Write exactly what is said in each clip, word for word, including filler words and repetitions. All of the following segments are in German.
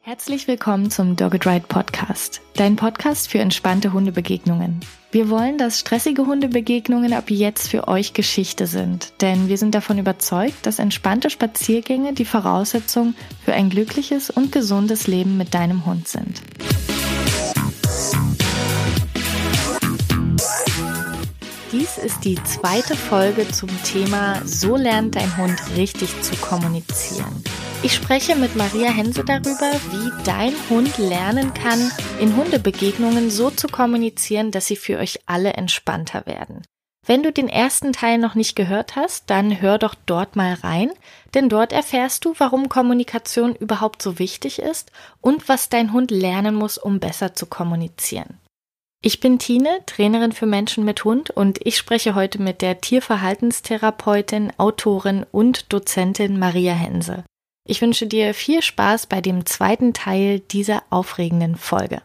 Herzlich willkommen zum Dogged Ride Podcast, dein Podcast für entspannte Hundebegegnungen. Wir wollen, dass stressige Hundebegegnungen ab jetzt für euch Geschichte sind, denn wir sind davon überzeugt, dass entspannte Spaziergänge die Voraussetzung für ein glückliches und gesundes Leben mit deinem Hund sind. Dies ist die zweite Folge zum Thema So lernt dein Hund richtig zu kommunizieren. Ich spreche mit Maria Hense darüber, wie dein Hund lernen kann, in Hundebegegnungen so zu kommunizieren, dass sie für euch alle entspannter werden. Wenn du den ersten Teil noch nicht gehört hast, dann hör doch dort mal rein, denn dort erfährst du, warum Kommunikation überhaupt so wichtig ist und was dein Hund lernen muss, um besser zu kommunizieren. Ich bin Tine, Trainerin für Menschen mit Hund, und ich spreche heute mit der Tierverhaltenstherapeutin, Autorin und Dozentin Maria Hense. Ich wünsche dir viel Spaß bei dem zweiten Teil dieser aufregenden Folge.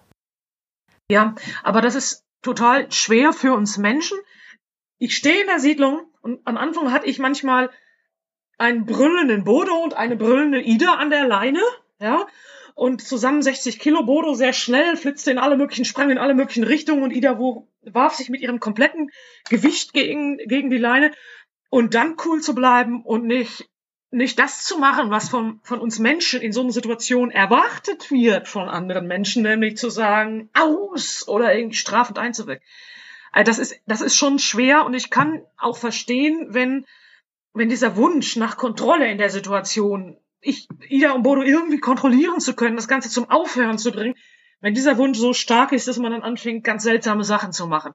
Ja, aber das ist total schwer für uns Menschen. Ich stehe in der Siedlung und am Anfang hatte ich manchmal einen brüllenden Bodo und eine brüllende Ida an der Leine, ja, und zusammen sechzig Kilo. Bodo sehr schnell, flitzte in alle möglichen, sprang in alle möglichen Richtungen und Ida wo, warf sich mit ihrem kompletten Gewicht gegen, gegen die Leine. Und dann cool zu bleiben und nicht nicht das zu machen, was von, von uns Menschen in so einer Situation erwartet wird von anderen Menschen, nämlich zu sagen, aus oder irgendwie strafend einzuwirken. Also das ist, das ist schon schwer, und ich kann auch verstehen, wenn, wenn dieser Wunsch nach Kontrolle in der Situation, ich, Ida und Bodo irgendwie kontrollieren zu können, das Ganze zum Aufhören zu bringen, wenn dieser Wunsch so stark ist, dass man dann anfängt, ganz seltsame Sachen zu machen.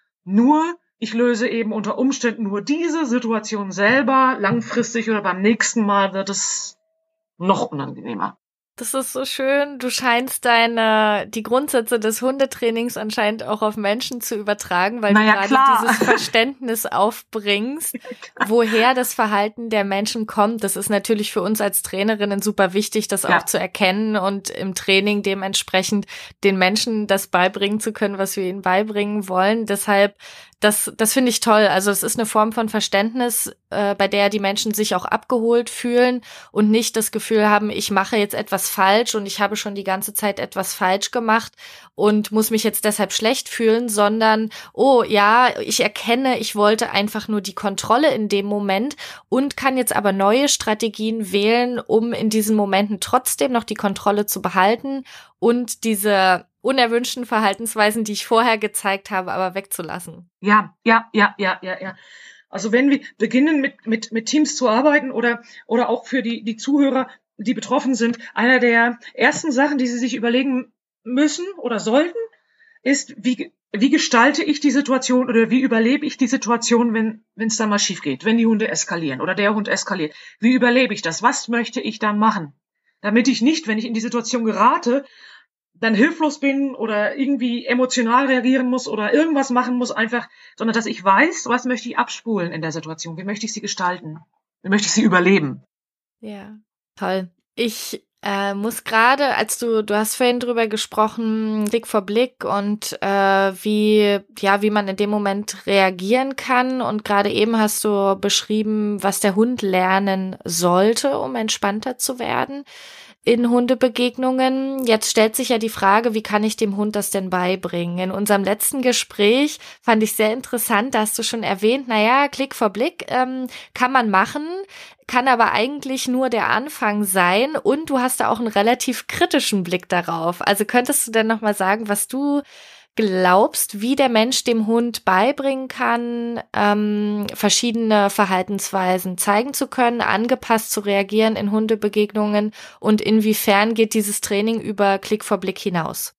Nur, ich löse eben unter Umständen nur diese Situation selber, langfristig oder beim nächsten Mal wird es noch unangenehmer. Das ist so schön. Du scheinst deine, die Grundsätze des Hundetrainings anscheinend auch auf Menschen zu übertragen, weil naja, du gerade klar. dieses Verständnis aufbringst, woher das Verhalten der Menschen kommt. Das ist natürlich für uns als Trainerinnen super wichtig, das ja. auch zu erkennen und im Training dementsprechend den Menschen das beibringen zu können, was wir ihnen beibringen wollen. Deshalb Das, das finde ich toll. Also es ist eine Form von Verständnis, äh, bei der die Menschen sich auch abgeholt fühlen und nicht das Gefühl haben, ich mache jetzt etwas falsch und ich habe schon die ganze Zeit etwas falsch gemacht und muss mich jetzt deshalb schlecht fühlen, sondern, oh ja, ich erkenne, ich wollte einfach nur die Kontrolle in dem Moment und kann jetzt aber neue Strategien wählen, um in diesen Momenten trotzdem noch die Kontrolle zu behalten und diese unerwünschten Verhaltensweisen, die ich vorher gezeigt habe, aber wegzulassen. Ja, ja, ja, ja, ja, ja. Also wenn wir beginnen mit mit mit Teams zu arbeiten oder oder auch für die die Zuhörer, die betroffen sind, einer der ersten Sachen, die sie sich überlegen müssen oder sollten, ist, wie wie gestalte ich die Situation oder wie überlebe ich die Situation, wenn wenn es dann mal schief geht, wenn die Hunde eskalieren oder der Hund eskaliert. Wie überlebe ich das? Was möchte ich dann machen? Damit ich nicht, wenn ich in die Situation gerate, dann hilflos bin oder irgendwie emotional reagieren muss oder irgendwas machen muss einfach, sondern dass ich weiß, was möchte ich abspulen in der Situation, wie möchte ich sie gestalten, wie möchte ich sie überleben. Ja, toll. Ich äh, muss gerade, als du, du hast vorhin drüber gesprochen, Blick vor Blick und äh, wie, ja, wie man in dem Moment reagieren kann, und gerade eben hast du beschrieben, was der Hund lernen sollte, um entspannter zu werden in Hundebegegnungen. Jetzt stellt sich ja die Frage, wie kann ich dem Hund das denn beibringen? In unserem letzten Gespräch fand ich sehr interessant, da hast du schon erwähnt, naja, Klick vor Blick ähm, kann man machen, kann aber eigentlich nur der Anfang sein, und du hast da auch einen relativ kritischen Blick darauf. Also könntest du denn nochmal sagen, was du glaubst, wie der Mensch dem Hund beibringen kann, ähm, verschiedene Verhaltensweisen zeigen zu können, angepasst zu reagieren in Hundebegegnungen, und inwiefern geht dieses Training über Klick vor Blick hinaus?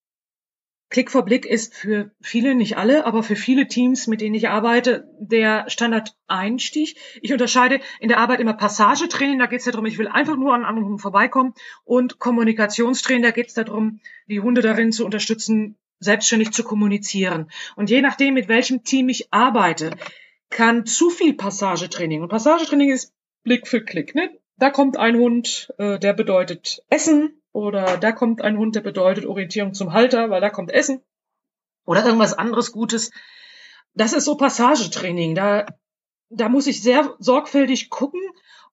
Klick vor Blick ist für viele, nicht alle, aber für viele Teams, mit denen ich arbeite, der Standardeinstieg. Ich unterscheide in der Arbeit immer Passagetraining, da geht es ja darum, ich will einfach nur an anderen Hunden vorbeikommen, und Kommunikationstraining, da geht es darum, die Hunde darin zu unterstützen, selbstständig zu kommunizieren. Und je nachdem, mit welchem Team ich arbeite, kann zu viel Passagetraining. Und Passagetraining ist Blick für Klick, ne? Da kommt ein Hund, äh, der bedeutet Essen, oder da kommt ein Hund, der bedeutet Orientierung zum Halter, weil da kommt Essen. Oder irgendwas anderes Gutes. Das ist so Passagetraining. Da, da muss ich sehr sorgfältig gucken,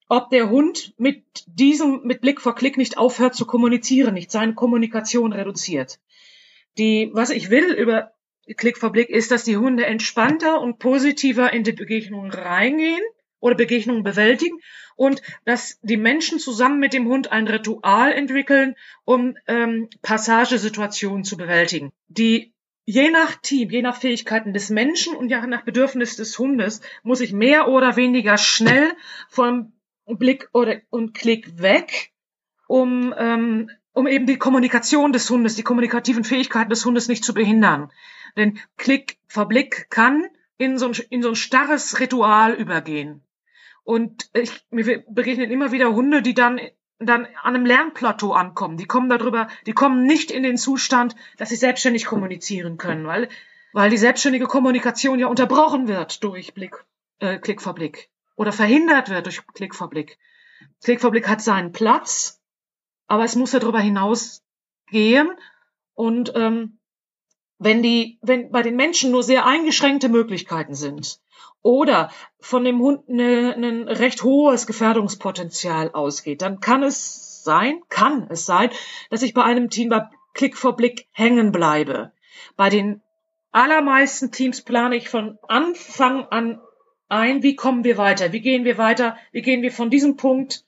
ob der Hund mit diesem, mit Blick vor Klick nicht aufhört zu kommunizieren, nicht seine Kommunikation reduziert. Die, was ich will über Klick vor Blick ist, dass die Hunde entspannter und positiver in die Begegnungen reingehen oder Begegnungen bewältigen und dass die Menschen zusammen mit dem Hund ein Ritual entwickeln, um ähm, Passagesituationen zu bewältigen. Die je nach Team, je nach Fähigkeiten des Menschen und je nach Bedürfnis des Hundes muss ich mehr oder weniger schnell vom Blick oder und Klick weg, um ähm, um eben die Kommunikation des Hundes, die kommunikativen Fähigkeiten des Hundes nicht zu behindern. Denn Klick vor Blick kann in so ein, in so ein starres Ritual übergehen. Und ich, mir begegnen immer wieder Hunde, die dann dann an einem Lernplateau ankommen. Die kommen darüber, die kommen nicht in den Zustand, dass sie selbstständig kommunizieren können, weil weil die selbstständige Kommunikation ja unterbrochen wird durch Blick, äh, Klick vor Blick oder verhindert wird durch Klick vor Blick. Klick vor Blick hat seinen Platz, aber es muss ja darüber hinausgehen. Und ähm, wenn die, wenn bei den Menschen nur sehr eingeschränkte Möglichkeiten sind oder von dem Hund ein recht hohes Gefährdungspotenzial ausgeht, dann kann es sein, kann es sein, dass ich bei einem Team bei Klick vor Blick hängen bleibe. Bei den allermeisten Teams plane ich von Anfang an ein, wie kommen wir weiter, wie gehen wir weiter, wie gehen wir von diesem Punkt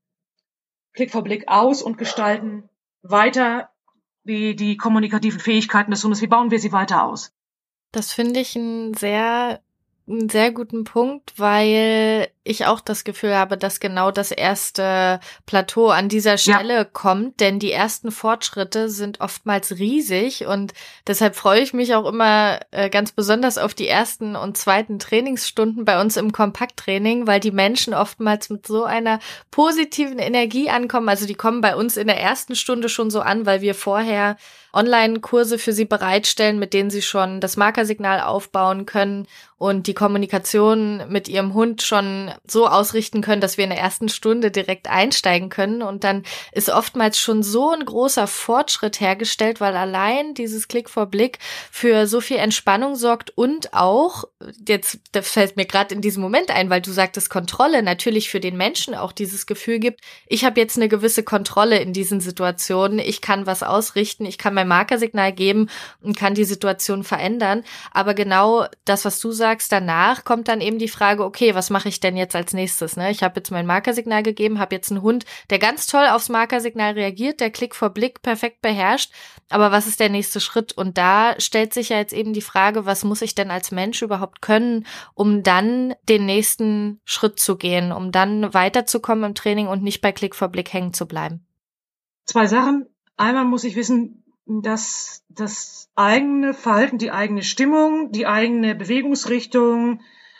Klick vor Blick aus und gestalten weiter die, die kommunikativen Fähigkeiten des Hundes, wie bauen wir sie weiter aus? Das finde ich einen sehr, einen sehr guten Punkt, weil ich auch das Gefühl habe, dass genau das erste Plateau an dieser Stelle ja. kommt, denn die ersten Fortschritte sind oftmals riesig und deshalb freue ich mich auch immer äh, ganz besonders auf die ersten und zweiten Trainingsstunden bei uns im Kompakttraining, weil die Menschen oftmals mit so einer positiven Energie ankommen. Also die kommen bei uns in der ersten Stunde schon so an, weil wir vorher Online-Kurse für sie bereitstellen, mit denen sie schon das Markersignal aufbauen können und die Kommunikation mit ihrem Hund schon so ausrichten können, dass wir in der ersten Stunde direkt einsteigen können. Und dann ist oftmals schon so ein großer Fortschritt hergestellt, weil allein dieses Klick vor Blick für so viel Entspannung sorgt und auch, jetzt das fällt mir gerade in diesem Moment ein, weil du sagtest Kontrolle, natürlich für den Menschen auch dieses Gefühl gibt, ich habe jetzt eine gewisse Kontrolle in diesen Situationen, ich kann was ausrichten, ich kann mein Markersignal geben und kann die Situation verändern. Aber genau das, was du sagst, danach kommt dann eben die Frage, okay, was mache ich denn jetzt als nächstes? Ne? Ich habe jetzt mein Markersignal gegeben, habe jetzt einen Hund, der ganz toll aufs Markersignal reagiert, der Klick vor Blick perfekt beherrscht. Aber was ist der nächste Schritt? Und da stellt sich ja jetzt eben die Frage, was muss ich denn als Mensch überhaupt können, um dann den nächsten Schritt zu gehen, um dann weiterzukommen im Training und nicht bei Klick vor Blick hängen zu bleiben? Zwei Sachen. Einmal muss ich wissen, dass das eigene Verhalten, die eigene Stimmung, die eigene Bewegungsrichtung,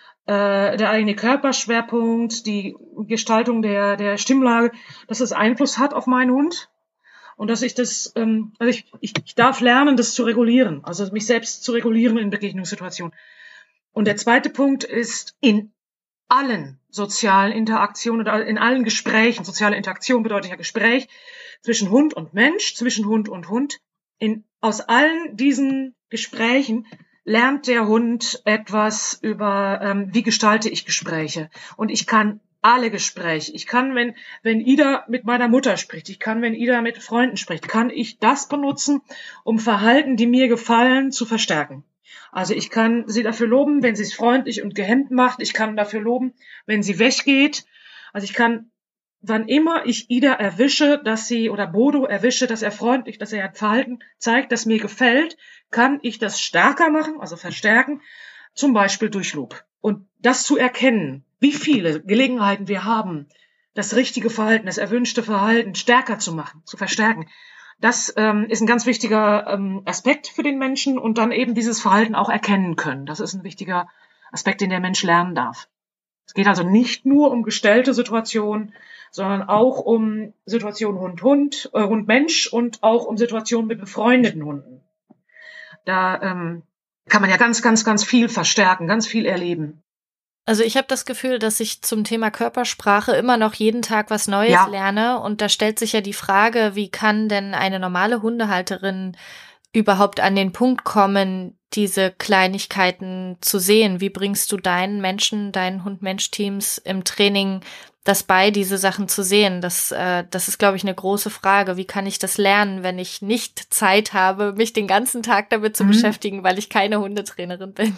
äh, der eigene Körperschwerpunkt, die Gestaltung der der Stimmlage, dass das Einfluss hat auf meinen Hund und dass ich das, ähm, also ich, ich, ich darf lernen, das zu regulieren, also mich selbst zu regulieren in Begegnungssituationen. Und der zweite Punkt ist, in allen sozialen Interaktionen oder in allen Gesprächen, soziale Interaktion bedeutet ja Gespräch zwischen Hund und Mensch, zwischen Hund und Hund, in, aus allen diesen Gesprächen lernt der Hund etwas über, ähm, wie gestalte ich Gespräche. Und ich kann alle Gespräche, ich kann, wenn, wenn Ida mit meiner Mutter spricht, ich kann, wenn Ida mit Freunden spricht, kann ich das benutzen, um Verhalten, die mir gefallen, zu verstärken. Also ich kann sie dafür loben, wenn sie es freundlich und gehemmt macht. Ich kann dafür loben, wenn sie weggeht. Also ich kann, wann immer ich Ida erwische, dass sie, oder Bodo erwische, dass er freundlich, dass er ein Verhalten zeigt, das mir gefällt, kann ich das stärker machen, also verstärken, zum Beispiel durch Lob. Und das zu erkennen, wie viele Gelegenheiten wir haben, das richtige Verhalten, das erwünschte Verhalten stärker zu machen, zu verstärken, das ähm, ist ein ganz wichtiger ähm, Aspekt für den Menschen und dann eben dieses Verhalten auch erkennen können. Das ist ein wichtiger Aspekt, den der Mensch lernen darf. Es geht also nicht nur um gestellte Situationen, sondern auch um Situationen Hund-Hund, äh, Hund-Mensch und auch um Situationen mit befreundeten Hunden. Da ähm, kann man ja ganz, ganz, ganz viel verstärken, ganz viel erleben. Also ich habe das Gefühl, dass ich zum Thema Körpersprache immer noch jeden Tag was Neues ja. lerne. Und da stellt sich ja die Frage, wie kann denn eine normale Hundehalterin überhaupt an den Punkt kommen, diese Kleinigkeiten zu sehen? Wie bringst du deinen Menschen, deinen Hund-Mensch-Teams im Training das bei, diese Sachen zu sehen. Das, äh, das ist, glaube ich, eine große Frage. Wie kann ich das lernen, wenn ich nicht Zeit habe, mich den ganzen Tag damit zu mhm. beschäftigen, weil ich keine Hundetrainerin bin?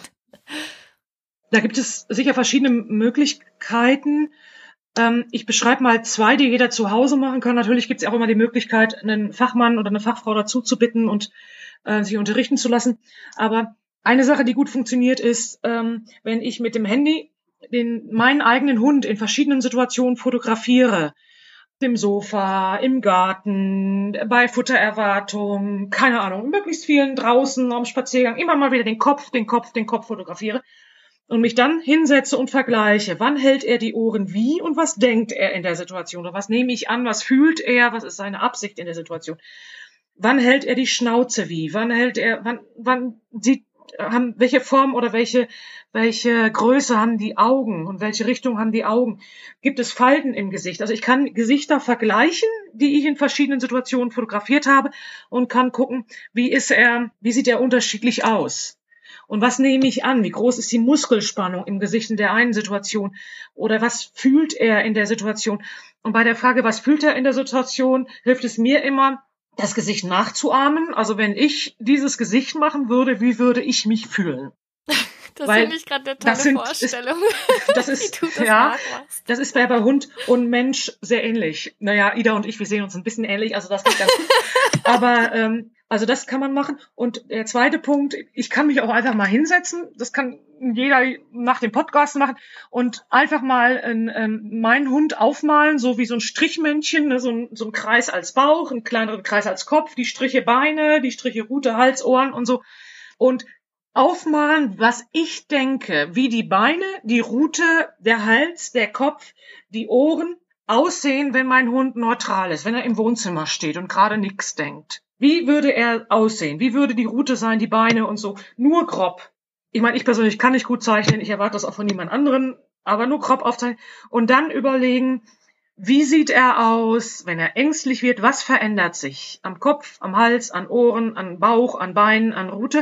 Da gibt es sicher verschiedene Möglichkeiten. Ähm, ich beschreibe mal zwei, die jeder zu Hause machen kann. Natürlich gibt es auch immer die Möglichkeit, einen Fachmann oder eine Fachfrau dazu zu bitten und äh, sich unterrichten zu lassen. Aber eine Sache, die gut funktioniert, ist, ähm, wenn ich mit dem Handy den meinen eigenen Hund in verschiedenen Situationen fotografiere. Im Sofa, im Garten, bei Futtererwartung, keine Ahnung, möglichst vielen draußen am Spaziergang, immer mal wieder den Kopf, den Kopf, den Kopf fotografiere und mich dann hinsetze und vergleiche, wann hält er die Ohren wie und was denkt er in der Situation oder was nehme ich an, was fühlt er, was ist seine Absicht in der Situation, wann hält er die Schnauze wie, wann hält er, wann, wann sieht, haben, welche Form oder welche, welche Größe haben die Augen und welche Richtung haben die Augen? Gibt es Falten im Gesicht? Also ich kann Gesichter vergleichen, die ich in verschiedenen Situationen fotografiert habe und kann gucken, wie ist er, wie sieht er unterschiedlich aus? Und was nehme ich an? Wie groß ist die Muskelspannung im Gesicht in der einen Situation? Oder was fühlt er in der Situation? Und bei der Frage, was fühlt er in der Situation, hilft es mir immer, das Gesicht nachzuahmen. Also wenn ich dieses Gesicht machen würde, wie würde ich mich fühlen? Das finde ich gerade eine tolle sind, Vorstellung. Ist, das ist, das ja, das ist bei, bei Hund und Mensch sehr ähnlich. Naja, Ida und ich, wir sehen uns ein bisschen ähnlich, also das geht ganz gut. Aber ähm, also das kann man machen. Und der zweite Punkt, ich kann mich auch einfach mal hinsetzen. Das kann jeder nach dem Podcast machen und einfach mal ähm, ähm, meinen Hund aufmalen, so wie so ein Strichmännchen, ne, so, ein, so ein Kreis als Bauch, einen kleineren Kreis als Kopf, die Striche Beine, die Striche Rute, Hals, Ohren und so. Und aufmalen, was ich denke, wie die Beine, die Rute, der Hals, der Kopf, die Ohren aussehen, wenn mein Hund neutral ist, wenn er im Wohnzimmer steht und gerade nichts denkt. Wie würde er aussehen? Wie würde die Rute sein, die Beine und so? Nur grob. Ich meine, ich persönlich kann nicht gut zeichnen, ich erwarte das auch von niemand anderen, aber nur grob aufzeichnen. Und dann überlegen, wie sieht er aus, wenn er ängstlich wird? Was verändert sich? Am Kopf, am Hals, an Ohren, an Bauch, an Beinen, an Rute?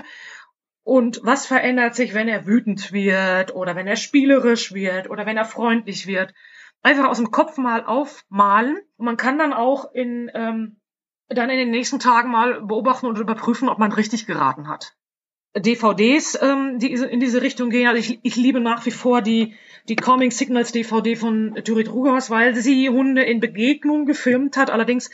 Und was verändert sich, wenn er wütend wird oder wenn er spielerisch wird oder wenn er freundlich wird? Einfach aus dem Kopf mal aufmalen. Und man kann dann auch in, ähm, dann in den nächsten Tagen mal beobachten und überprüfen, ob man richtig geraten hat. D V Ds, ähm, die in diese Richtung gehen. Also ich, ich liebe nach wie vor die, die Calming Signals D V D von Turit Rugers, weil sie Hunde in Begegnung gefilmt hat. Allerdings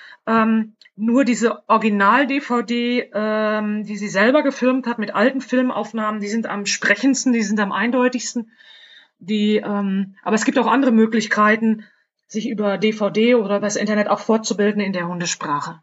ähm, nur diese Original-D V D, ähm, die sie selber gefilmt hat mit alten Filmaufnahmen, die sind am sprechendsten, die sind am eindeutigsten. Die, ähm, aber es gibt auch andere Möglichkeiten, sich über D V D oder über das Internet auch fortzubilden in der Hundesprache.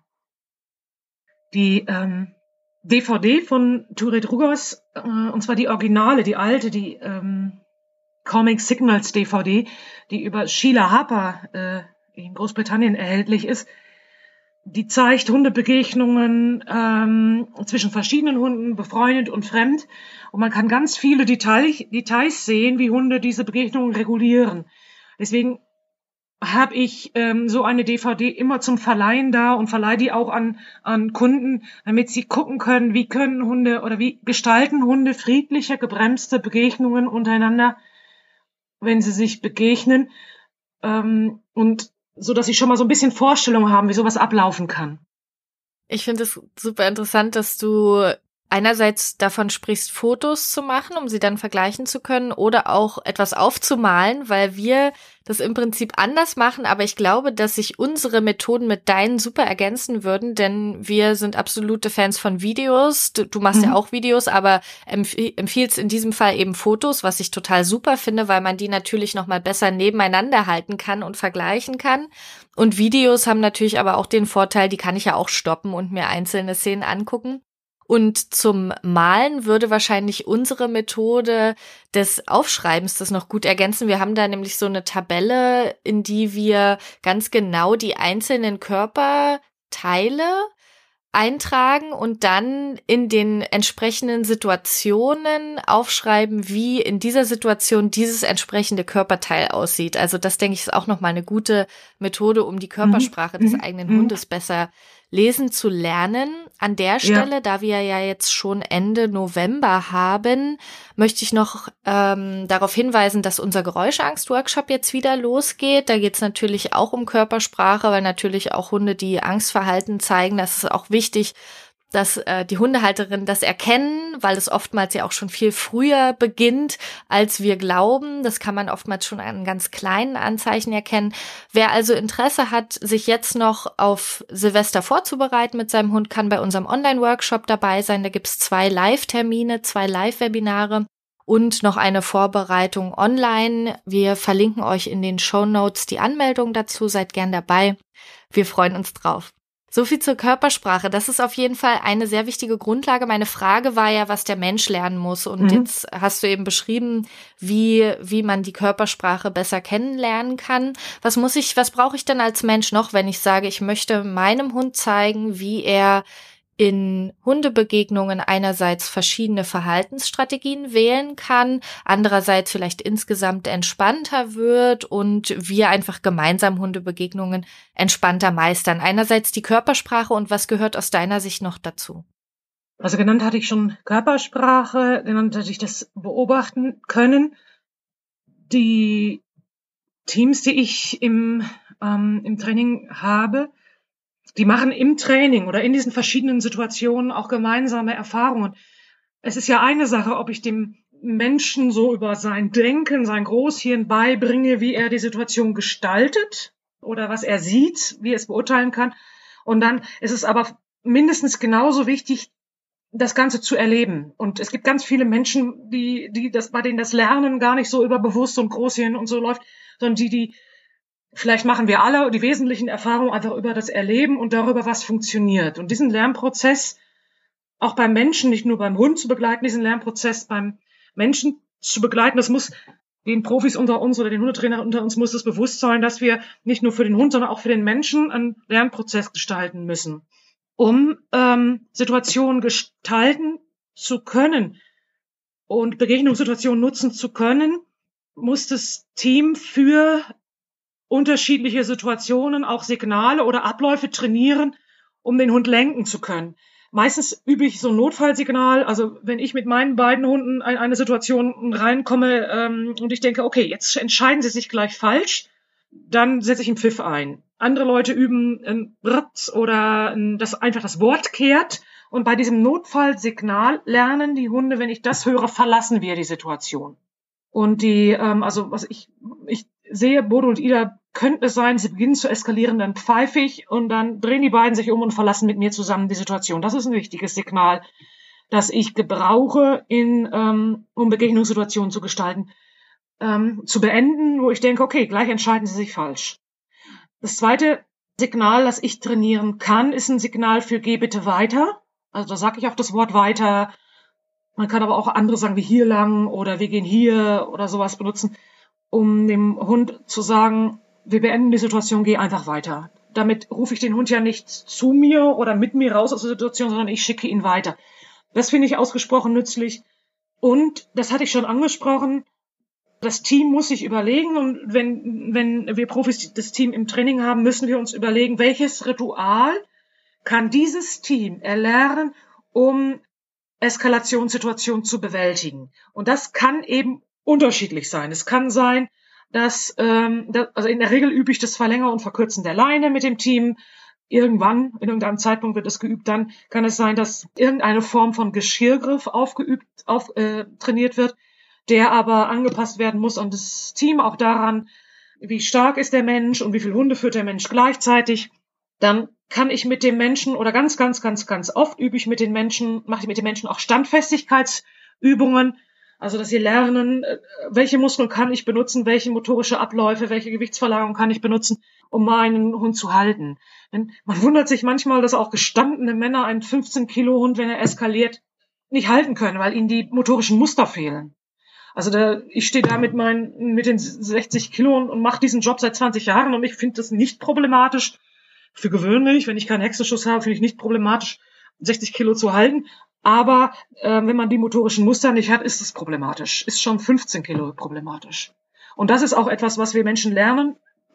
Die ähm, D V D von Turit Rugers, äh, und zwar die Originale, die alte, die ähm, Calming Signals D V D, die über Sheila Harper äh, in Großbritannien erhältlich ist, die zeigt Hundebegegnungen ähm, zwischen verschiedenen Hunden, befreundet und fremd. Und man kann ganz viele Detail, Details sehen, wie Hunde diese Begegnungen regulieren. Deswegen habe ich ähm, so eine D V D immer zum Verleihen da und verleihe die auch an, an Kunden, damit sie gucken können, wie können Hunde oder wie gestalten Hunde friedliche, gebremste Begegnungen untereinander, wenn sie sich begegnen. Ähm, und so dass sie schon mal so ein bisschen Vorstellung haben, wie sowas ablaufen kann. Ich finde es super interessant, dass du einerseits davon sprichst, Fotos zu machen, um sie dann vergleichen zu können, oder auch etwas aufzumalen, weil wir das im Prinzip anders machen, aber ich glaube, dass sich unsere Methoden mit deinen super ergänzen würden, denn wir sind absolute Fans von Videos. Du, du machst mhm. ja auch Videos, aber empf- empfiehlst in diesem Fall eben Fotos, was ich total super finde, weil man die natürlich noch mal besser nebeneinander halten kann und vergleichen kann. Und Videos haben natürlich aber auch den Vorteil, die kann ich ja auch stoppen und mir einzelne Szenen angucken. Und zum Malen würde wahrscheinlich unsere Methode des Aufschreibens das noch gut ergänzen. Wir haben da nämlich so eine Tabelle, in die wir ganz genau die einzelnen Körperteile eintragen und dann in den entsprechenden Situationen aufschreiben, wie in dieser Situation dieses entsprechende Körperteil aussieht. Also das, denke ich, ist auch nochmal eine gute Methode, um die Körpersprache mhm. des eigenen mhm. Hundes besser lesen zu lernen. An der Stelle, ja. da wir ja jetzt schon Ende November haben, möchte ich noch ähm, darauf hinweisen, dass unser Geräuschangst-Workshop jetzt wieder losgeht. Da geht es natürlich auch um Körpersprache, weil natürlich auch Hunde, die Angstverhalten zeigen, das ist auch wichtig, dass äh, die Hundehalterinnen das erkennen, weil es oftmals ja auch schon viel früher beginnt, als wir glauben. Das kann man oftmals schon an ganz kleinen Anzeichen erkennen. Wer also Interesse hat, sich jetzt noch auf Silvester vorzubereiten mit seinem Hund, kann bei unserem Online-Workshop dabei sein. Da gibt's zwei Live-Termine, zwei Live-Webinare und noch eine Vorbereitung online. Wir verlinken euch in den Shownotes die Anmeldung dazu. Seid gern dabei. Wir freuen uns drauf. So viel zur Körpersprache. Das ist auf jeden Fall eine sehr wichtige Grundlage. Meine Frage war ja, was der Mensch lernen muss. Und mhm. jetzt hast du eben beschrieben, wie, wie man die Körpersprache besser kennenlernen kann. Was muss ich, was brauche ich denn als Mensch noch, wenn ich sage, ich möchte meinem Hund zeigen, wie er in Hundebegegnungen einerseits verschiedene Verhaltensstrategien wählen kann, andererseits vielleicht insgesamt entspannter wird und wir einfach gemeinsam Hundebegegnungen entspannter meistern. Einerseits die Körpersprache und was gehört aus deiner Sicht noch dazu? Also genannt hatte ich schon Körpersprache, genannt hatte ich das beobachten können. Die Teams, die ich im, ähm, im Training habe, die machen im Training oder in diesen verschiedenen Situationen auch gemeinsame Erfahrungen. Es ist ja eine Sache, ob ich dem Menschen so über sein Denken, sein Großhirn beibringe, wie er die Situation gestaltet oder was er sieht, wie er es beurteilen kann. Und dann ist es aber mindestens genauso wichtig, das Ganze zu erleben. Und es gibt ganz viele Menschen, die, die das, bei denen das Lernen gar nicht so über Bewusst und Großhirn und so läuft, sondern die, die Vielleicht machen wir alle die wesentlichen Erfahrungen einfach über das Erleben und darüber, was funktioniert. Und diesen Lernprozess auch beim Menschen, nicht nur beim Hund zu begleiten, diesen Lernprozess beim Menschen zu begleiten, das muss den Profis unter uns oder den Hundetrainern unter uns muss es bewusst sein, dass wir nicht nur für den Hund, sondern auch für den Menschen einen Lernprozess gestalten müssen, um ähm, Situationen gestalten zu können und Begegnungssituationen nutzen zu können, muss das Team für unterschiedliche Situationen, auch Signale oder Abläufe trainieren, um den Hund lenken zu können. Meistens übe ich so ein Notfallsignal, also wenn ich mit meinen beiden Hunden in eine Situation reinkomme ähm, und ich denke, okay, jetzt entscheiden sie sich gleich falsch, dann setze ich einen Pfiff ein. Andere Leute üben ein Bratz oder ein, das einfach das Wort kehrt und bei diesem Notfallsignal lernen die Hunde, wenn ich das höre, verlassen wir die Situation. Und die, ähm, also was ich, ich sehe, Bodo und Ida, könnte es sein, sie beginnen zu eskalieren, dann pfeife ich und dann drehen die beiden sich um und verlassen mit mir zusammen die Situation. Das ist ein wichtiges Signal, das ich gebrauche, in, ähm, um Begegnungssituationen zu gestalten, ähm, zu beenden, wo ich denke, okay, gleich entscheiden sie sich falsch. Das zweite Signal, das ich trainieren kann, ist ein Signal für geh bitte weiter. Also da sage ich auch das Wort weiter. Man kann aber auch andere sagen, wie hier lang oder wir gehen hier oder sowas benutzen, um dem Hund zu sagen, wir beenden die Situation, geh einfach weiter. Damit rufe ich den Hund ja nicht zu mir oder mit mir raus aus der Situation, sondern ich schicke ihn weiter. Das finde ich ausgesprochen nützlich. Und, das hatte ich schon angesprochen, das Team muss sich überlegen, und wenn, wenn wir Profis das Team im Training haben, müssen wir uns überlegen, welches Ritual kann dieses Team erlernen, um Eskalationssituationen zu bewältigen. Und das kann eben unterschiedlich sein. Es kann sein, dass, ähm, dass, also in der Regel übe ich das Verlängern und Verkürzen der Leine mit dem Team. Irgendwann, in irgendeinem Zeitpunkt wird es geübt. Dann kann es sein, dass irgendeine Form von Geschirrgriff aufgeübt, auf, äh, trainiert wird, der aber angepasst werden muss an das Team, auch daran, wie stark ist der Mensch und wie viele Hunde führt der Mensch gleichzeitig. Dann kann ich mit dem Menschen, oder ganz, ganz, ganz, ganz oft übe ich mit den Menschen, mache ich mit den Menschen auch Standfestigkeitsübungen, also dass sie lernen, welche Muskeln kann ich benutzen, welche motorische Abläufe, welche Gewichtsverlagerung kann ich benutzen, um meinen Hund zu halten. Denn man wundert sich manchmal, dass auch gestandene Männer einen fünfzehn Kilo Hund, wenn er eskaliert, nicht halten können, weil ihnen die motorischen Muster fehlen. Also da, ich stehe da mit meinen, mit den sechzig Kilo und, und mache diesen Job seit zwanzig Jahren und ich finde das nicht problematisch. Für gewöhnlich, wenn ich keinen Hexenschuss habe, finde ich nicht problematisch, sechzig Kilo zu halten. Aber äh, wenn man die motorischen Muster nicht hat, ist es problematisch. Ist schon fünfzehn Kilo problematisch. Und das ist auch etwas, was wir Menschen lernen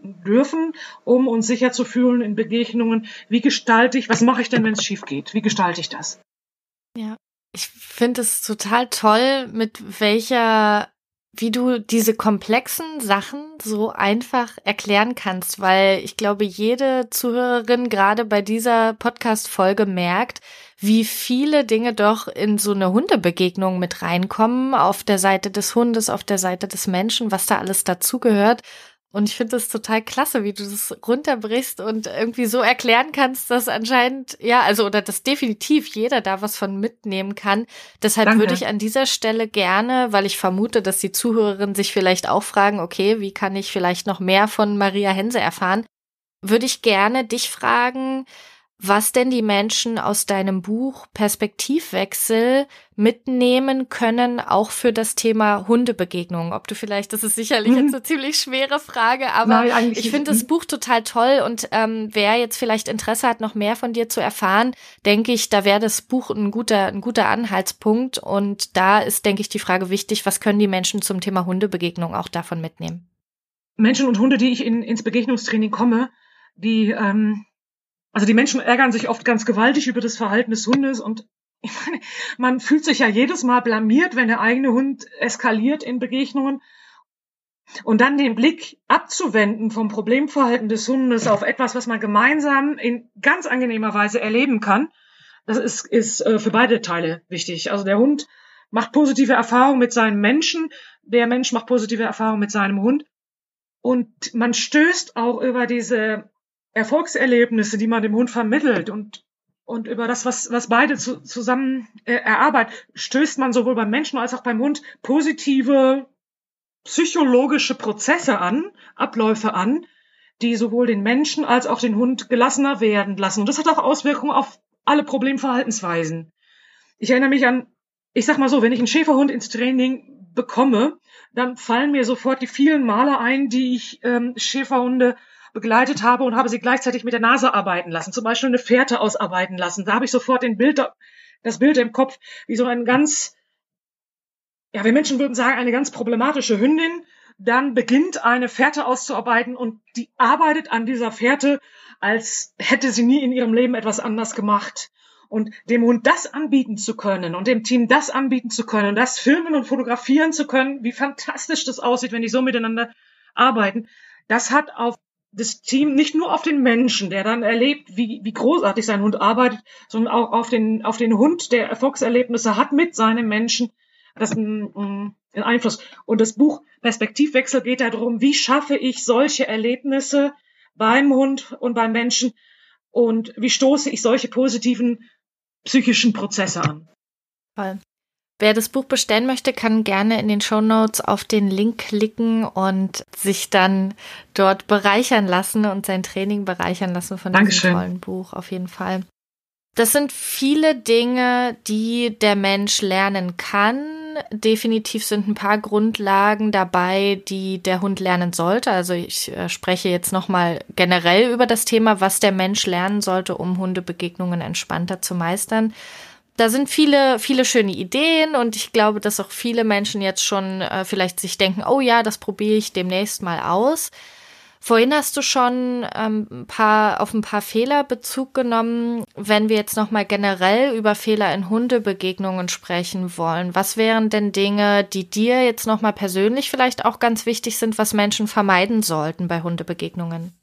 dürfen, um uns sicher zu fühlen in Begegnungen. Wie gestalte ich, was mache ich denn, wenn es schief geht? Wie gestalte ich das? Ja, ich finde es total toll, mit welcher, wie du diese komplexen Sachen so einfach erklären kannst, weil ich glaube, jede Zuhörerin gerade bei dieser Podcast-Folge merkt, wie viele Dinge doch in so eine Hundebegegnung mit reinkommen, auf der Seite des Hundes, auf der Seite des Menschen, was da alles dazugehört. Und ich finde das total klasse, wie du das runterbrichst und irgendwie so erklären kannst, dass anscheinend, ja, also oder dass definitiv jeder da was von mitnehmen kann. Deshalb Danke. würde ich an dieser Stelle gerne, weil ich vermute, dass die Zuhörerinnen sich vielleicht auch fragen, okay, wie kann ich vielleicht noch mehr von Maria Hense erfahren, würde ich gerne dich fragen, was denn die Menschen aus deinem Buch Perspektivwechsel mitnehmen können, auch für das Thema Hundebegegnungen. Ob du vielleicht, das ist sicherlich jetzt eine ziemlich schwere Frage, aber Nein, ich finde das Buch total toll und ähm, wer jetzt vielleicht Interesse hat, noch mehr von dir zu erfahren, denke ich, da wäre das Buch ein guter, ein guter Anhaltspunkt und da ist, denke ich, die Frage wichtig, was können die Menschen zum Thema Hundebegegnung auch davon mitnehmen? Menschen und Hunde, die ich in, ins Begegnungstraining komme, die ähm, Also die Menschen ärgern sich oft ganz gewaltig über das Verhalten des Hundes und ich meine, man fühlt sich ja jedes Mal blamiert, wenn der eigene Hund eskaliert in Begegnungen. Und dann den Blick abzuwenden vom Problemverhalten des Hundes auf etwas, was man gemeinsam in ganz angenehmer Weise erleben kann, das ist, ist äh, für beide Teile wichtig. Also der Hund macht positive Erfahrungen mit seinem Menschen, der Mensch macht positive Erfahrungen mit seinem Hund. Und man stößt auch über diese Erfolgserlebnisse, die man dem Hund vermittelt und und über das, was was beide zu, zusammen äh, erarbeiten, stößt man sowohl beim Menschen als auch beim Hund positive psychologische Prozesse an, Abläufe an, die sowohl den Menschen als auch den Hund gelassener werden lassen. Und das hat auch Auswirkungen auf alle Problemverhaltensweisen. Ich erinnere mich an, ich sag mal so, wenn ich einen Schäferhund ins Training bekomme, dann fallen mir sofort die vielen Male ein, die ich ähm, Schäferhunde begleitet habe und habe sie gleichzeitig mit der Nase arbeiten lassen, zum Beispiel eine Fährte ausarbeiten lassen. Da habe ich sofort den Bild, das Bild im Kopf, wie so ein ganz, ja, wir Menschen würden sagen, eine ganz problematische Hündin dann beginnt, eine Fährte auszuarbeiten und die arbeitet an dieser Fährte, als hätte sie nie in ihrem Leben etwas anders gemacht. Und dem Hund das anbieten zu können und dem Team das anbieten zu können, das filmen und fotografieren zu können, wie fantastisch das aussieht, wenn die so miteinander arbeiten, das hat auf das Team, nicht nur auf den Menschen, der dann erlebt, wie, wie großartig sein Hund arbeitet, sondern auch auf den, auf den Hund, der Erfolgserlebnisse hat mit seinem Menschen, das einen, einen Einfluss. Und das Buch Perspektivwechsel geht darum, wie schaffe ich solche Erlebnisse beim Hund und beim Menschen und wie stoße ich solche positiven psychischen Prozesse an. Voll. Wer das Buch bestellen möchte, kann gerne in den Shownotes auf den Link klicken und sich dann dort bereichern lassen und sein Training bereichern lassen von Dankeschön. diesem tollen Buch, auf jeden Fall. Das sind viele Dinge, die der Mensch lernen kann. Definitiv sind ein paar Grundlagen dabei, die der Hund lernen sollte. Also ich äh, spreche jetzt nochmal generell über das Thema, was der Mensch lernen sollte, um Hundebegegnungen entspannter zu meistern. Da sind viele, viele schöne Ideen und ich glaube, dass auch viele Menschen jetzt schon äh, vielleicht sich denken, oh ja, das probiere ich demnächst mal aus. Vorhin hast du schon ähm, ein paar, auf ein paar Fehler Bezug genommen. Wenn wir jetzt nochmal generell über Fehler in Hundebegegnungen sprechen wollen, was wären denn Dinge, die dir jetzt nochmal persönlich vielleicht auch ganz wichtig sind, was Menschen vermeiden sollten bei Hundebegegnungen?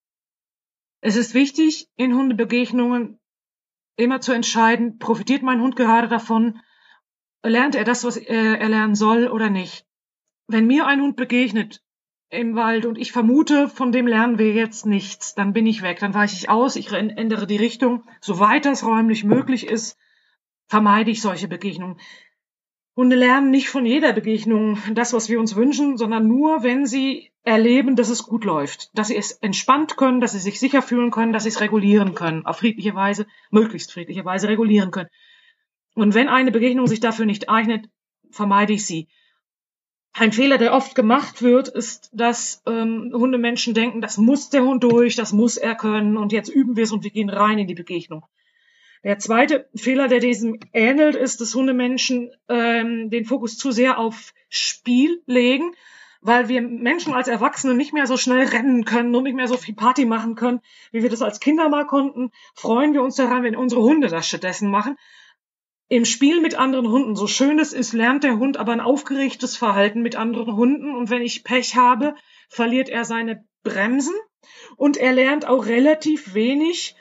Es ist wichtig, in Hundebegegnungen immer zu entscheiden, profitiert mein Hund gerade davon, lernt er das, was er lernen soll oder nicht. Wenn mir ein Hund begegnet im Wald und ich vermute, von dem lernen wir jetzt nichts, dann bin ich weg, dann weiche ich aus, ich ändere die Richtung. Soweit das räumlich möglich ist, vermeide ich solche Begegnungen. Hunde lernen nicht von jeder Begegnung das, was wir uns wünschen, sondern nur, wenn sie erleben, dass es gut läuft, dass sie es entspannt können, dass sie sich sicher fühlen können, dass sie es regulieren können, auf friedliche Weise, möglichst friedliche Weise regulieren können. Und wenn eine Begegnung sich dafür nicht eignet, vermeide ich sie. Ein Fehler, der oft gemacht wird, ist, dass ähm, Hundemenschen denken, das muss der Hund durch, das muss er können und jetzt üben wir es und wir gehen rein in die Begegnung. Der zweite Fehler, der diesem ähnelt, ist, dass Hundemenschen ähm, den Fokus zu sehr auf Spiel legen, weil wir Menschen als Erwachsene nicht mehr so schnell rennen können und nicht mehr so viel Party machen können, wie wir das als Kinder mal konnten, freuen wir uns daran, wenn unsere Hunde das stattdessen machen. Im Spiel mit anderen Hunden, so schön es ist, lernt der Hund aber ein aufgeregtes Verhalten mit anderen Hunden. Und wenn ich Pech habe, verliert er seine Bremsen und er lernt auch relativ wenig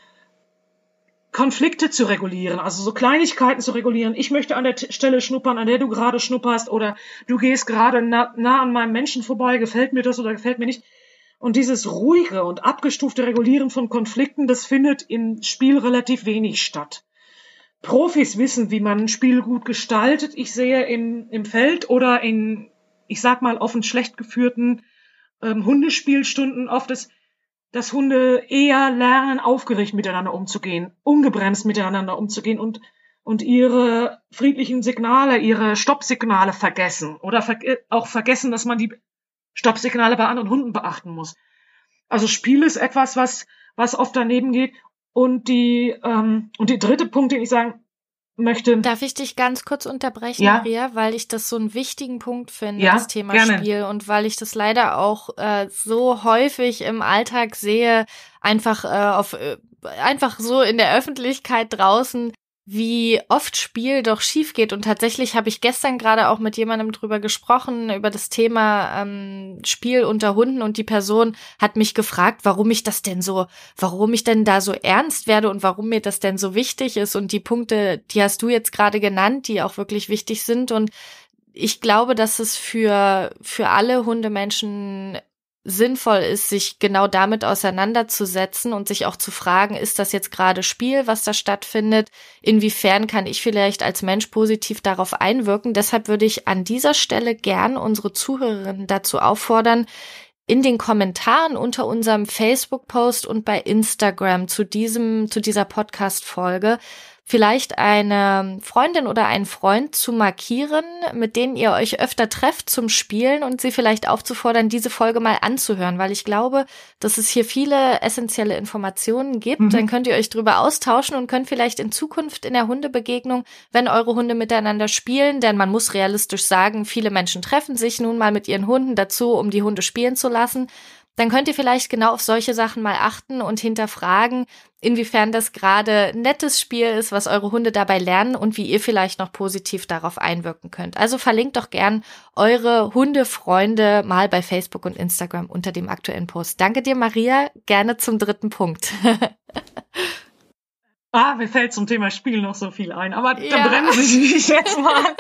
Konflikte zu regulieren, also so Kleinigkeiten zu regulieren. Ich möchte an der T- Stelle schnuppern, an der du gerade schnupperst, oder du gehst gerade nah, nah an meinem Menschen vorbei, gefällt mir das oder gefällt mir nicht. Und dieses ruhige und abgestufte Regulieren von Konflikten, das findet im Spiel relativ wenig statt. Profis wissen, wie man ein Spiel gut gestaltet. Ich sehe im, im Feld oder in, ich sag mal, offen schlecht geführten ähm, Hundespielstunden oft, dass, dass Hunde eher lernen, aufgeregt miteinander umzugehen, ungebremst miteinander umzugehen und, und ihre friedlichen Signale, ihre Stoppsignale vergessen oder ver- auch vergessen, dass man die Stoppsignale bei anderen Hunden beachten muss. Also Spiel ist etwas, was, was oft daneben geht. Und die, ähm, und die dritte Punkt, den ich sagen möchte. Darf ich dich ganz kurz unterbrechen, Ja? Maria, weil ich das so einen wichtigen Punkt finde, Ja, das Thema gerne. Spiel, und weil ich das leider auch äh, so häufig im Alltag sehe, einfach äh, auf äh, einfach so in der Öffentlichkeit draußen, wie oft Spiel doch schief geht. Und tatsächlich habe ich gestern gerade auch mit jemandem drüber gesprochen, über das Thema ähm, Spiel unter Hunden, und die Person hat mich gefragt, warum ich das denn so, warum ich denn da so ernst werde und warum mir das denn so wichtig ist. Und die Punkte, die hast du jetzt gerade genannt, die auch wirklich wichtig sind. Und ich glaube, dass es für für alle Hundemenschen sinnvoll ist, sich genau damit auseinanderzusetzen und sich auch zu fragen, ist das jetzt gerade Spiel, was da stattfindet? Inwiefern kann ich vielleicht als Mensch positiv darauf einwirken? Deshalb würde ich an dieser Stelle gern unsere Zuhörerinnen dazu auffordern, in den Kommentaren unter unserem Facebook-Post und bei Instagram zu diesem, zu dieser Podcast-Folge vielleicht eine Freundin oder einen Freund zu markieren, mit denen ihr euch öfter trefft zum Spielen, und sie vielleicht aufzufordern, diese Folge mal anzuhören, weil ich glaube, dass es hier viele essentielle Informationen gibt. Mhm. Dann könnt ihr euch drüber austauschen und könnt vielleicht in Zukunft in der Hundebegegnung, wenn eure Hunde miteinander spielen, denn man muss realistisch sagen, viele Menschen treffen sich nun mal mit ihren Hunden dazu, um die Hunde spielen zu lassen, dann könnt ihr vielleicht genau auf solche Sachen mal achten und hinterfragen, inwiefern das gerade ein nettes Spiel ist, was eure Hunde dabei lernen und wie ihr vielleicht noch positiv darauf einwirken könnt. Also verlinkt doch gern eure Hundefreunde mal bei Facebook und Instagram unter dem aktuellen Post. Danke dir, Maria. Gerne zum dritten Punkt. Ah, mir fällt zum Thema Spiel noch so viel ein, aber ja. Da bremse ich mich jetzt mal.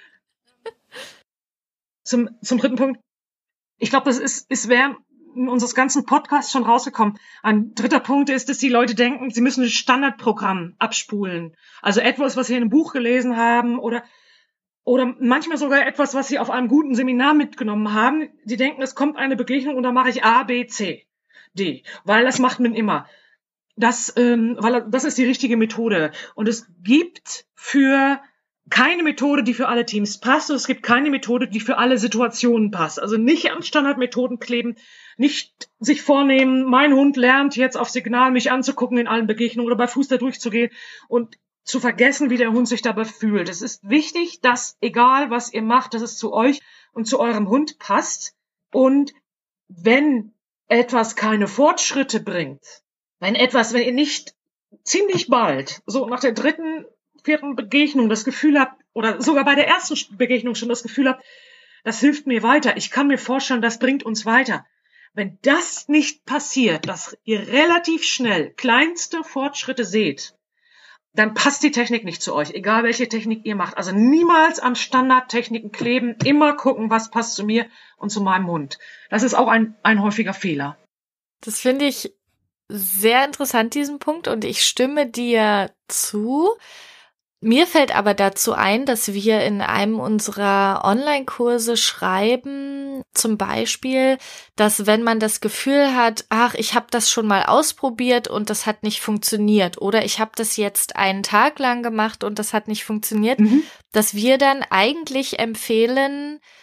Zum, zum dritten Punkt. Ich glaube, das ist, ist während unseres ganzen Podcasts schon rausgekommen. Ein dritter Punkt ist, dass die Leute denken, sie müssen ein Standardprogramm abspulen. Also etwas, was sie in einem Buch gelesen haben, oder, oder manchmal sogar etwas, was sie auf einem guten Seminar mitgenommen haben. Sie denken, es kommt eine Begegnung und da mache ich A, B, C, D. Weil das macht man immer. Das, ähm, weil das ist die richtige Methode. Und es gibt für keine Methode, die für alle Teams passt. Und es gibt keine Methode, die für alle Situationen passt. Also nicht an Standardmethoden kleben, nicht sich vornehmen, mein Hund lernt jetzt auf Signal, mich anzugucken in allen Begegnungen oder bei Fuß da durchzugehen und zu vergessen, wie der Hund sich dabei fühlt. Es ist wichtig, dass, egal was ihr macht, dass es zu euch und zu eurem Hund passt. Und wenn etwas keine Fortschritte bringt, wenn etwas, wenn ihr nicht ziemlich bald, so nach der dritten, vierten Begegnung das Gefühl habt, oder sogar bei der ersten Begegnung schon das Gefühl habt, das hilft mir weiter, ich kann mir vorstellen, das bringt uns weiter. Wenn das nicht passiert, dass ihr relativ schnell kleinste Fortschritte seht, dann passt die Technik nicht zu euch, egal welche Technik ihr macht. Also niemals an Standardtechniken kleben, immer gucken, was passt zu mir und zu meinem Hund. Das ist auch ein, ein häufiger Fehler. Das finde ich sehr interessant, diesen Punkt, und ich stimme dir zu. Mir fällt aber dazu ein, dass wir in einem unserer Online-Kurse schreiben, zum Beispiel, dass wenn man das Gefühl hat, ach, ich habe das schon mal ausprobiert und das hat nicht funktioniert, oder ich habe das jetzt einen Tag lang gemacht und das hat nicht funktioniert, mhm. dass wir dann eigentlich empfehlen,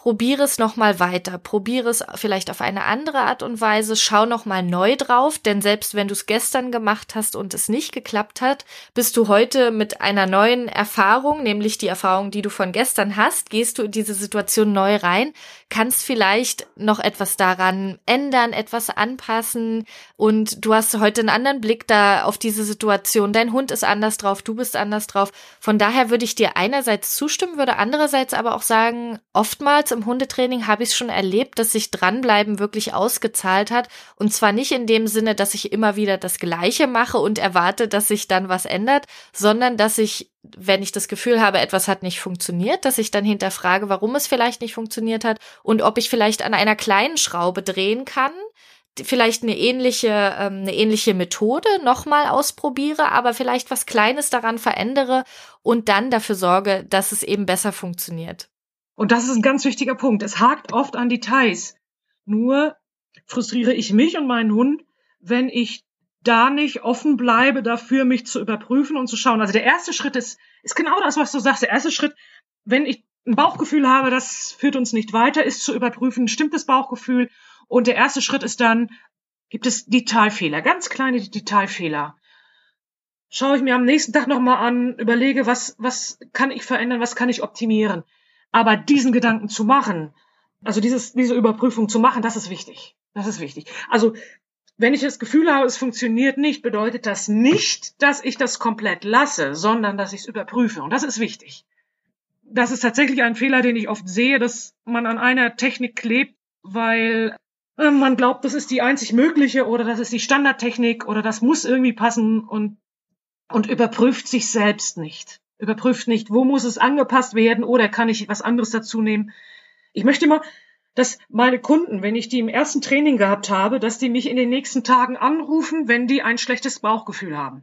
probiere es nochmal weiter, probiere es vielleicht auf eine andere Art und Weise, schau nochmal neu drauf, denn selbst wenn du es gestern gemacht hast und es nicht geklappt hat, bist du heute mit einer neuen Erfahrung, nämlich die Erfahrung, die du von gestern hast, gehst du in diese Situation neu rein, kannst vielleicht noch etwas daran ändern, etwas anpassen und du hast heute einen anderen Blick da auf diese Situation, dein Hund ist anders drauf, du bist anders drauf. Von daher würde ich dir einerseits zustimmen, würde andererseits aber auch sagen, oftmals im Hundetraining habe ich es schon erlebt, dass sich Dranbleiben wirklich ausgezahlt hat und zwar nicht in dem Sinne, dass ich immer wieder das Gleiche mache und erwarte, dass sich dann was ändert, sondern dass ich, wenn ich das Gefühl habe, etwas hat nicht funktioniert, dass ich dann hinterfrage, warum es vielleicht nicht funktioniert hat und ob ich vielleicht an einer kleinen Schraube drehen kann, vielleicht eine ähnliche, ähm, eine ähnliche Methode nochmal ausprobiere, aber vielleicht was Kleines daran verändere und dann dafür sorge, dass es eben besser funktioniert. Und das ist ein ganz wichtiger Punkt. Es hakt oft an Details. Nur frustriere ich mich und meinen Hund, wenn ich da nicht offen bleibe dafür, mich zu überprüfen und zu schauen. Also der erste Schritt ist, ist genau das, was du sagst. Der erste Schritt, wenn ich ein Bauchgefühl habe, das führt uns nicht weiter, ist zu überprüfen, stimmt das Bauchgefühl? Und der erste Schritt ist dann, gibt es Detailfehler, ganz kleine Detailfehler. Schaue ich mir am nächsten Tag nochmal an, überlege, was, was kann ich verändern, was kann ich optimieren. Aber diesen Gedanken zu machen, also dieses, diese Überprüfung zu machen, das ist wichtig. Das ist wichtig. Also, wenn ich das Gefühl habe, es funktioniert nicht, bedeutet das nicht, dass ich das komplett lasse, sondern dass ich es überprüfe. Und das ist wichtig. Das ist tatsächlich ein Fehler, den ich oft sehe, dass man an einer Technik klebt, weil äh, man glaubt, das ist die einzig mögliche oder das ist die Standardtechnik oder das muss irgendwie passen und, und überprüft sich selbst nicht. Überprüft nicht, wo muss es angepasst werden oder kann ich was anderes dazu nehmen. Ich möchte immer, dass meine Kunden, wenn ich die im ersten Training gehabt habe, dass die mich in den nächsten Tagen anrufen, wenn die ein schlechtes Bauchgefühl haben.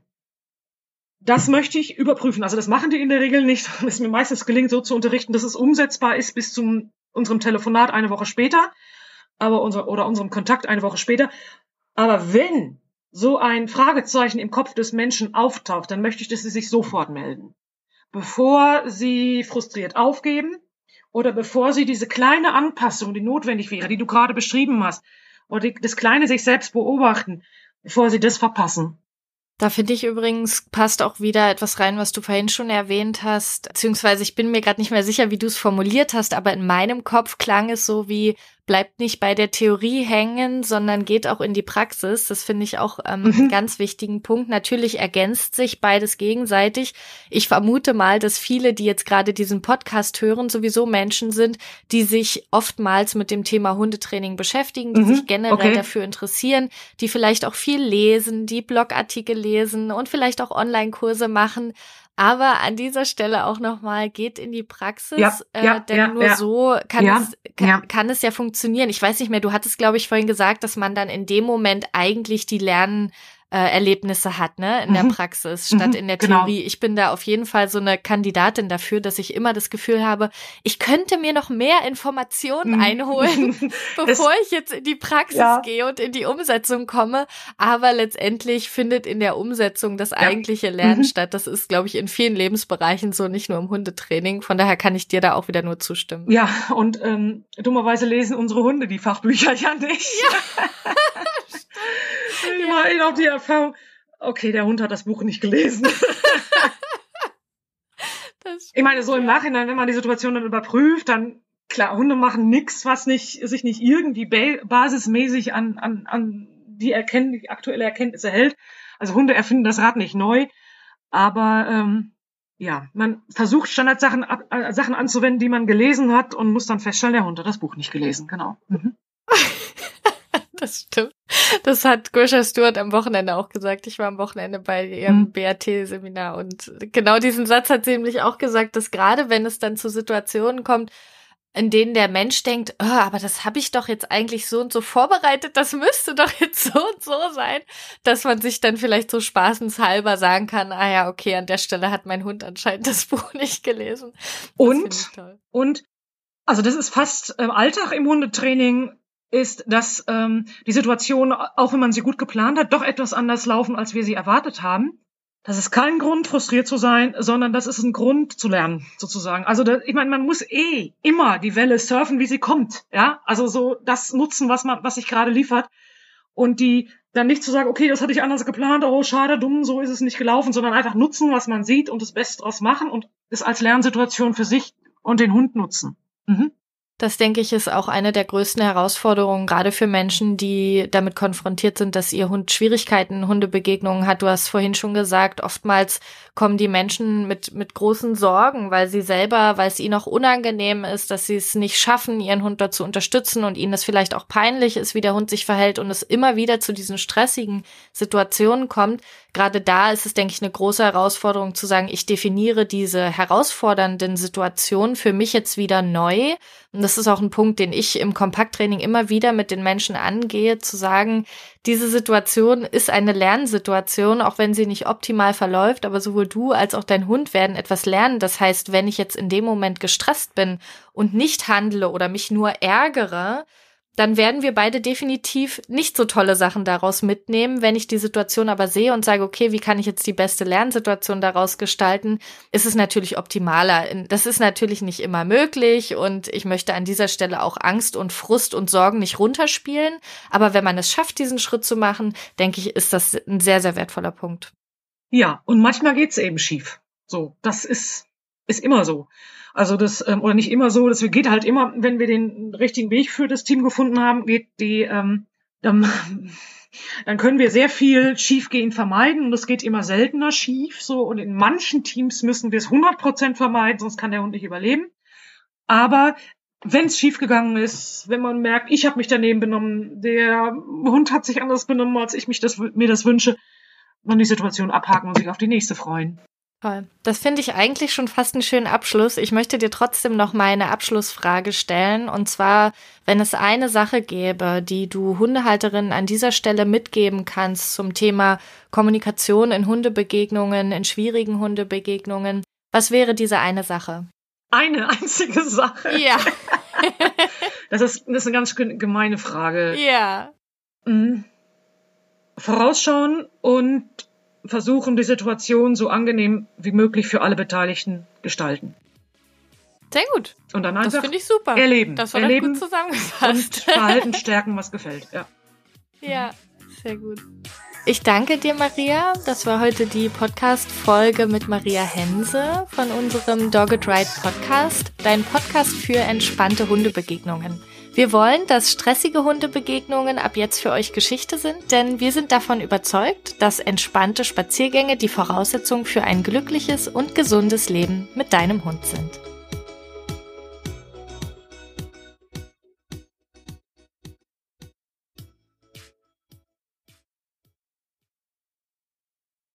Das möchte ich überprüfen. Also das machen die in der Regel nicht. Es mir meistens gelingt, so zu unterrichten, dass es umsetzbar ist bis zum unserem Telefonat eine Woche später, aber unser oder unserem Kontakt eine Woche später. Aber wenn so ein Fragezeichen im Kopf des Menschen auftaucht, dann möchte ich, dass sie sich sofort melden, bevor sie frustriert aufgeben oder bevor sie diese kleine Anpassung, die notwendig wäre, die du gerade beschrieben hast, oder die, das kleine sich selbst beobachten, bevor sie das verpassen. Da finde ich übrigens, passt auch wieder etwas rein, was du vorhin schon erwähnt hast, beziehungsweise ich bin mir gerade nicht mehr sicher, wie du es formuliert hast, aber in meinem Kopf klang es so wie, bleibt nicht bei der Theorie hängen, sondern geht auch in die Praxis. Das finde ich auch ähm, mhm. einen ganz wichtigen Punkt. Natürlich ergänzt sich beides gegenseitig. Ich vermute mal, dass viele, die jetzt gerade diesen Podcast hören, sowieso Menschen sind, die sich oftmals mit dem Thema Hundetraining beschäftigen, die mhm. sich generell okay. dafür interessieren, die vielleicht auch viel lesen, die Blogartikel lesen und vielleicht auch Online-Kurse machen. Aber an dieser Stelle auch nochmal, geht in die Praxis, ja, äh, ja, denn ja, nur ja. so kann, ja, es, kann, ja. kann es ja funktionieren. Ich weiß nicht mehr, du hattest, glaube ich, vorhin gesagt, dass man dann in dem Moment eigentlich die Lernen Äh, Erlebnisse hat, ne, in mhm. der Praxis, statt mhm, in der Theorie. Genau. Ich bin da auf jeden Fall so eine Kandidatin dafür, dass ich immer das Gefühl habe, ich könnte mir noch mehr Informationen mhm. einholen, bevor es, ich jetzt in die Praxis ja. gehe und in die Umsetzung komme. Aber letztendlich findet in der Umsetzung das eigentliche ja. Lernen mhm. statt. Das ist, glaube ich, in vielen Lebensbereichen so, nicht nur im Hundetraining. Von daher kann ich dir da auch wieder nur zustimmen. Ja, und ähm, dummerweise lesen unsere Hunde die Fachbücher ja nicht. Ja. Ich ja. mache auch die Erfahrung, okay, der Hund hat das Buch nicht gelesen. Ich meine, so im Nachhinein, wenn man die Situation dann überprüft, dann, klar, Hunde machen nichts, was nicht, sich nicht irgendwie ba- basismäßig an, an, an die, Erkenn- die aktuelle Erkenntnisse hält. Also Hunde erfinden das Rad nicht neu, aber ähm, ja, man versucht Standardsachen ab, äh, Sachen anzuwenden, die man gelesen hat und muss dann feststellen, der Hund hat das Buch nicht gelesen, genau. Mhm. Das stimmt. Das hat Grisha Stewart am Wochenende auch gesagt. Ich war am Wochenende bei ihrem hm. B R T-Seminar und genau diesen Satz hat sie nämlich auch gesagt, dass gerade wenn es dann zu Situationen kommt, in denen der Mensch denkt, oh, aber das habe ich doch jetzt eigentlich so und so vorbereitet, das müsste doch jetzt so und so sein, dass man sich dann vielleicht so spaßenshalber sagen kann, ah ja, okay, an der Stelle hat mein Hund anscheinend das Buch nicht gelesen. Das und, und, also das ist fast äh, Alltag im Hundetraining, ist, dass ähm, die Situation, auch wenn man sie gut geplant hat, doch etwas anders laufen, als wir sie erwartet haben. Das ist kein Grund, frustriert zu sein, sondern das ist ein Grund zu lernen, sozusagen. Also da, ich meine, man muss eh immer die Welle surfen, wie sie kommt, ja. Also so das nutzen, was man, was sich gerade liefert, und die dann nicht zu sagen, okay, das hatte ich anders geplant, oh schade, dumm, so ist es nicht gelaufen, sondern einfach nutzen, was man sieht und das Beste draus machen und es als Lernsituation für sich und den Hund nutzen. Mhm. Das, denke ich, ist auch eine der größten Herausforderungen, gerade für Menschen, die damit konfrontiert sind, dass ihr Hund Schwierigkeiten, Hundebegegnungen hat. Du hast vorhin schon gesagt, oftmals kommen die Menschen mit mit großen Sorgen, weil sie selber, weil es ihnen auch unangenehm ist, dass sie es nicht schaffen, ihren Hund dort zu unterstützen und ihnen das vielleicht auch peinlich ist, wie der Hund sich verhält und es immer wieder zu diesen stressigen Situationen kommt. Gerade da ist es, denke ich, eine große Herausforderung zu sagen, ich definiere diese herausfordernden Situationen für mich jetzt wieder neu. Und das ist auch ein Punkt, den ich im Kompakttraining immer wieder mit den Menschen angehe, zu sagen, diese Situation ist eine Lernsituation, auch wenn sie nicht optimal verläuft, aber sowohl du als auch dein Hund werden etwas lernen. Das heißt, wenn ich jetzt in dem Moment gestresst bin und nicht handle oder mich nur ärgere, dann werden wir beide definitiv nicht so tolle Sachen daraus mitnehmen. Wenn ich die Situation aber sehe und sage, okay, wie kann ich jetzt die beste Lernsituation daraus gestalten, ist es natürlich optimaler. Das ist natürlich nicht immer möglich und ich möchte an dieser Stelle auch Angst und Frust und Sorgen nicht runterspielen. Aber wenn man es schafft, diesen Schritt zu machen, denke ich, ist das ein sehr, sehr wertvoller Punkt. Ja, und manchmal geht's eben schief. So, das ist, ist immer so. Also das, ähm, oder nicht immer so, das geht halt immer, wenn wir den richtigen Weg für das Team gefunden haben, geht die, ähm, dann, dann können wir sehr viel Schiefgehen vermeiden und das geht immer seltener schief, so, und in manchen Teams müssen wir es hundert Prozent vermeiden, sonst kann der Hund nicht überleben. Aber wenn es schiefgegangen ist, wenn man merkt, ich habe mich daneben benommen, der Hund hat sich anders benommen, als ich mich das, mir das wünsche, dann die Situation abhaken und sich auf die nächste freuen. Toll. Das finde ich eigentlich schon fast einen schönen Abschluss. Ich möchte dir trotzdem noch mal eine Abschlussfrage stellen. Und zwar, wenn es eine Sache gäbe, die du Hundehalterinnen an dieser Stelle mitgeben kannst zum Thema Kommunikation in Hundebegegnungen, in schwierigen Hundebegegnungen, was wäre diese eine Sache? Eine einzige Sache? Ja. das, ist, das ist eine ganz gemeine Frage. Ja. Mhm. Vorausschauen und versuchen, die Situation so angenehm wie möglich für alle Beteiligten gestalten. Sehr gut. Und dann einfach das finde ich super. Erleben. Das war erleben gut zusammengefasst. Und Verhalten stärken, was gefällt. Ja. Ja, sehr gut. Ich danke dir, Maria. Das war heute die Podcast-Folge mit Maria Hense von unserem Dogged Ride Podcast, dein Podcast für entspannte Hundebegegnungen. Wir wollen, dass stressige Hundebegegnungen ab jetzt für euch Geschichte sind, denn wir sind davon überzeugt, dass entspannte Spaziergänge die Voraussetzung für ein glückliches und gesundes Leben mit deinem Hund sind.